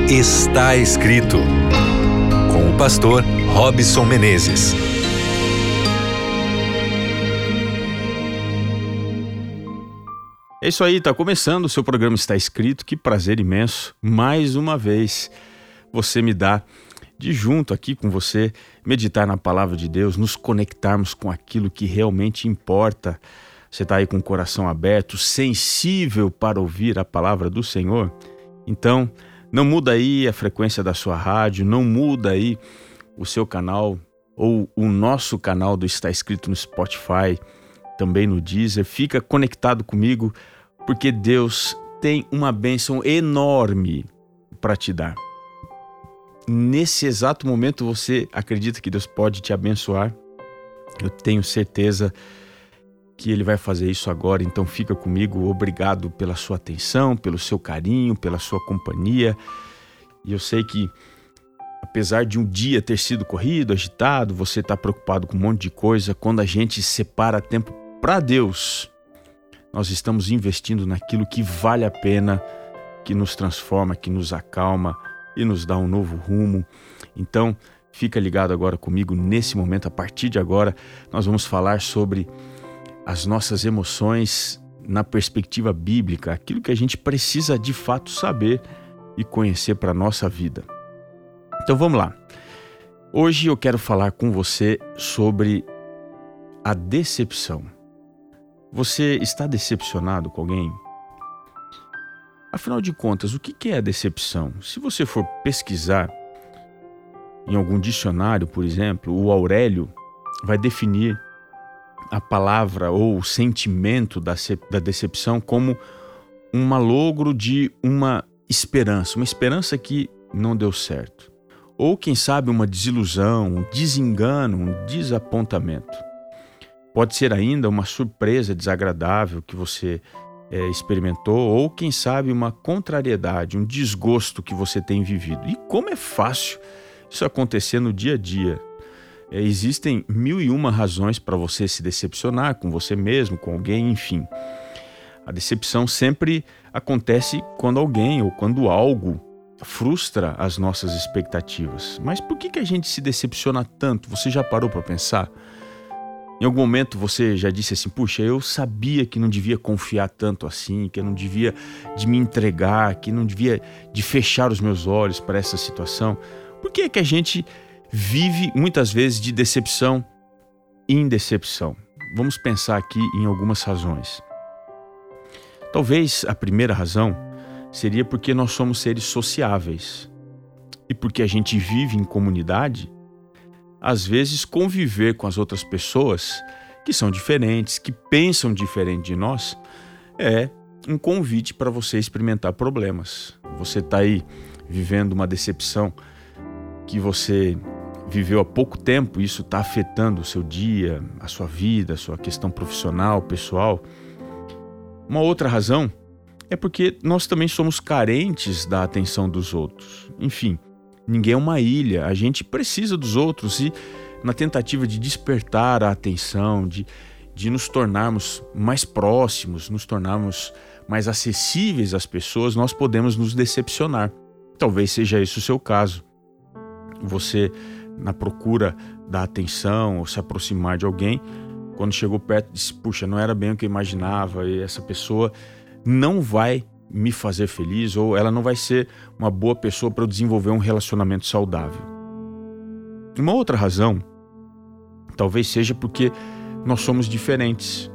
Está escrito, com o pastor Robson Menezes. É isso aí, tá começando o seu programa Está Escrito. Que prazer imenso, mais uma vez, você me dá de junto aqui com você, meditar na palavra de Deus, nos conectarmos com aquilo que realmente importa. Você está aí com o coração aberto, sensível para ouvir a palavra do Senhor? Então, não muda aí a frequência da sua rádio, não muda aí o seu canal ou o nosso canal do Está Escrito no Spotify, também no Deezer. Fica conectado comigo, porque Deus tem uma bênção enorme para te dar. Nesse exato momento você acredita que Deus pode te abençoar? Eu tenho certeza que Ele vai fazer isso agora, então fica comigo. Obrigado pela sua atenção, pelo seu carinho, pela sua companhia. E eu sei que, apesar de um dia ter sido corrido, agitado, você está preocupado com um monte de coisa. Quando a gente separa tempo para Deus, nós estamos investindo naquilo que vale a pena, que nos transforma, que nos acalma e nos dá um novo rumo. Então, fica ligado agora comigo nesse momento. A partir de agora, nós vamos falar sobre as nossas emoções na perspectiva bíblica, aquilo que a gente precisa de fato saber e conhecer para a nossa vida. Então vamos lá. Hoje eu quero falar com você sobre a decepção. Você está decepcionado com alguém? Afinal de contas, o que é a decepção? Se você for pesquisar em algum dicionário, por exemplo, o Aurélio vai definir a palavra ou o sentimento da decepção como um malogro de uma esperança que não deu certo. Ou, quem sabe, uma desilusão, um desengano, um desapontamento. Pode ser ainda uma surpresa desagradável que você experimentou, ou, quem sabe, uma contrariedade, um desgosto que você tem vivido. E como é fácil isso acontecer no dia a dia. Existem 1001 razões para você se decepcionar com você mesmo, com alguém, enfim. A decepção sempre acontece quando alguém ou quando algo frustra as nossas expectativas. Mas por que a gente se decepciona tanto? Você já parou para pensar? Em algum momento você já disse assim: puxa, eu sabia que não devia confiar tanto assim, que eu não devia de me entregar, que não devia de fechar os meus olhos para essa situação. Por que a gente vive muitas vezes de decepção em decepção? Vamos pensar aqui em algumas razões. Talvez a primeira razão seria porque nós somos seres sociáveis. E porque a gente vive em comunidade, às vezes conviver com as outras pessoas que são diferentes, que pensam diferente de nós, é um convite para você experimentar problemas. Você está aí vivendo uma decepção que você viveu há pouco tempo, isso está afetando o seu dia, a sua vida, a sua questão profissional, pessoal. Uma outra razão é porque nós também somos carentes da atenção dos outros. Enfim, ninguém é uma ilha, a gente precisa dos outros e, na tentativa de despertar a atenção, de nos tornarmos mais próximos, nos tornarmos mais acessíveis às pessoas, nós podemos nos decepcionar. Talvez seja esse o seu caso. Você, na procura da atenção ou se aproximar de alguém, quando chegou perto, disse: puxa, não era bem o que eu imaginava, e essa pessoa não vai me fazer feliz, ou ela não vai ser uma boa pessoa para eu desenvolver um relacionamento saudável. Uma outra razão talvez seja porque nós somos diferentes.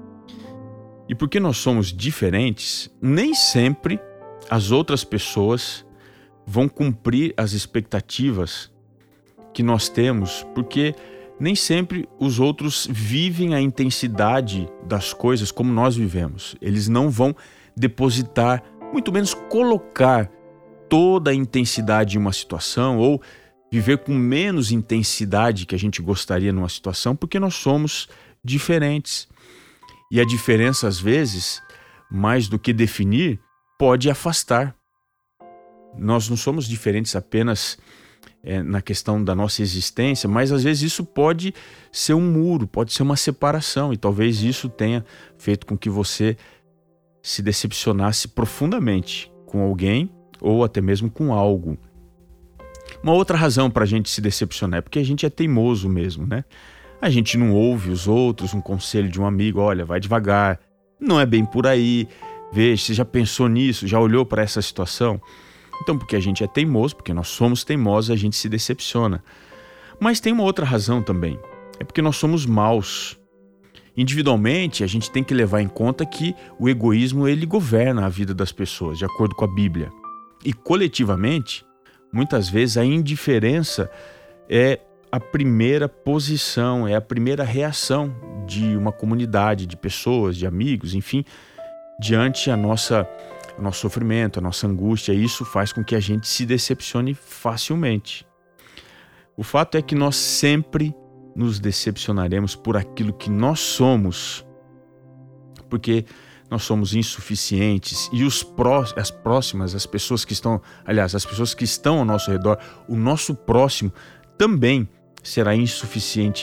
E porque nós somos diferentes, nem sempre as outras pessoas vão cumprir as expectativas que nós temos, porque nem sempre os outros vivem a intensidade das coisas como nós vivemos. Eles não vão depositar, muito menos colocar toda a intensidade em uma situação, ou viver com menos intensidade que a gente gostaria numa situação, porque nós somos diferentes. E a diferença, às vezes, mais do que definir, pode afastar. Nós não somos diferentes apenas na questão da nossa existência, mas às vezes isso pode ser um muro, pode ser uma separação, e talvez isso tenha feito com que você se decepcionasse profundamente com alguém ou até mesmo com algo. Uma outra razão para a gente se decepcionar é porque a gente é teimoso mesmo, né? A gente não ouve os outros, um conselho de um amigo, olha, vai devagar, não é bem por aí, veja, você já pensou nisso, já olhou para essa situação? Então, porque a gente é teimoso, porque nós somos teimosos, a gente se decepciona. Mas tem uma outra razão também, é porque nós somos maus. Individualmente, a gente tem que levar em conta que o egoísmo ele governa a vida das pessoas, de acordo com a Bíblia. E coletivamente, muitas vezes a indiferença é a primeira posição, é a primeira reação de uma comunidade, de pessoas, de amigos, enfim, diante o nosso sofrimento, a nossa angústia. Isso faz com que a gente se decepcione facilmente. O fato é que nós sempre nos decepcionaremos por aquilo que nós somos, porque nós somos insuficientes e as pessoas que estão ao nosso redor, o nosso próximo também será insuficiente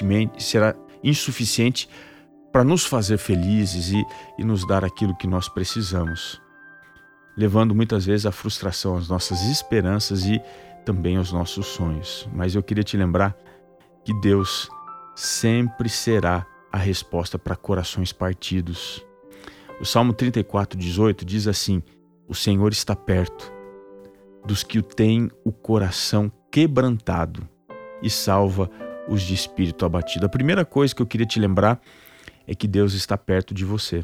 para nos fazer felizes e nos dar aquilo que nós precisamos, levando muitas vezes à frustração as nossas esperanças e também aos nossos sonhos. Mas eu queria te lembrar que Deus sempre será a resposta para corações partidos. O Salmo 34:18 diz assim: o Senhor está perto dos que têm o coração quebrantado e salva os de espírito abatido. A primeira coisa que eu queria te lembrar é que Deus está perto de você.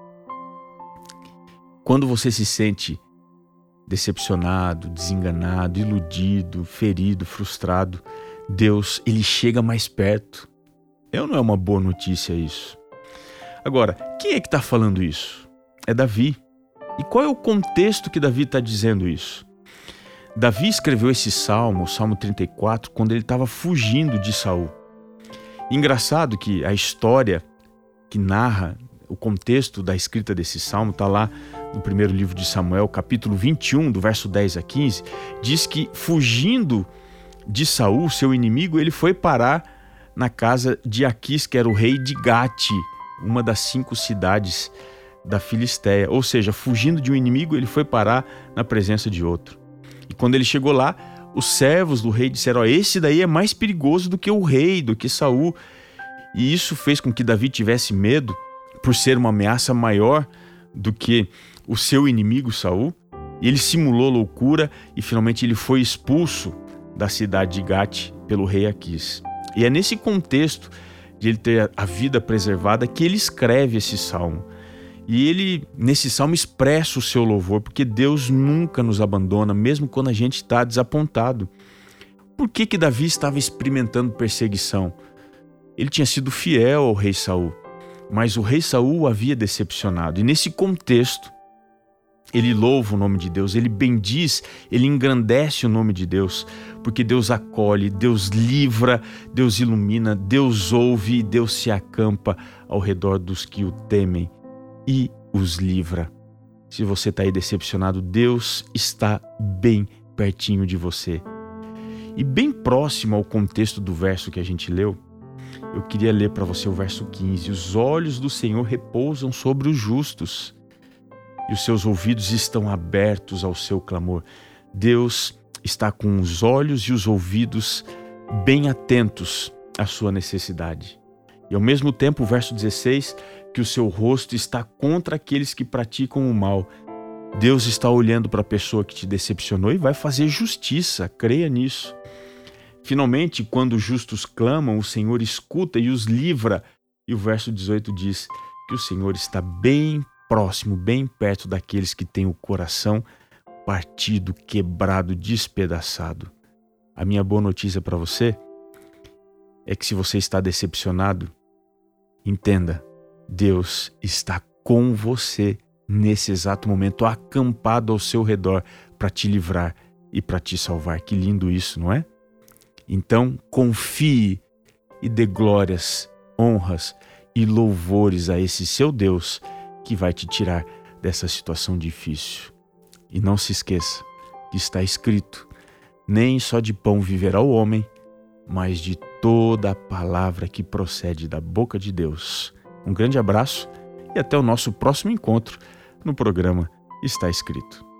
Quando você se sente decepcionado, desenganado, iludido, ferido, frustrado, Deus, ele chega mais perto. Não é uma boa notícia isso. Agora, quem é que está falando isso? É Davi. E qual é o contexto que Davi está dizendo isso? Davi escreveu esse salmo, o Salmo 34, quando ele estava fugindo de Saul. Engraçado que a história que narra o contexto da escrita desse salmo está lá no primeiro livro de Samuel, capítulo 21, do verso 10 a 15, diz que fugindo de Saul, seu inimigo, ele foi parar na casa de Aquis, que era o rei de Gate, uma das 5 cidades da Filistéia. Ou seja, fugindo de um inimigo, ele foi parar na presença de outro. E quando ele chegou lá, os servos do rei disseram: esse daí é mais perigoso do que o rei, do que Saul. E isso fez com que Davi tivesse medo, por ser uma ameaça maior do que o seu inimigo Saul. E ele simulou loucura e finalmente ele foi expulso da cidade de Gate pelo rei Aquis. E é nesse contexto de ele ter a vida preservada que ele escreve esse salmo. E ele, nesse salmo, expressa o seu louvor, porque Deus nunca nos abandona, mesmo quando a gente está desapontado. Por que Davi estava experimentando perseguição? Ele tinha sido fiel ao rei Saul, mas o rei Saul o havia decepcionado. E nesse contexto, ele louva o nome de Deus, ele bendiz, ele engrandece o nome de Deus, porque Deus acolhe, Deus livra, Deus ilumina, Deus ouve e Deus se acampa ao redor dos que o temem e os livra. Se você está aí decepcionado, Deus está bem pertinho de você. E bem próximo ao contexto do verso que a gente leu, eu queria ler para você o verso 15. Os olhos do Senhor repousam sobre os justos e os seus ouvidos estão abertos ao seu clamor. Deus está com os olhos e os ouvidos bem atentos à sua necessidade. E ao mesmo tempo, o verso 16, que o seu rosto está contra aqueles que praticam o mal. Deus está olhando para a pessoa que te decepcionou e vai fazer justiça, creia nisso. Finalmente, quando os justos clamam, o Senhor escuta e os livra. E o verso 18 diz que o Senhor está bem próximo, bem perto daqueles que têm o coração partido, quebrado, despedaçado. A minha boa notícia para você é que se você está decepcionado, entenda, Deus está com você nesse exato momento, acampado ao seu redor para te livrar e para te salvar. Que lindo isso, não é? Então, confie e dê glórias, honras e louvores a esse seu Deus que vai te tirar dessa situação difícil. E não se esqueça que está escrito: nem só de pão viverá o homem, mas de toda a palavra que procede da boca de Deus. Um grande abraço e até o nosso próximo encontro no programa Está Escrito.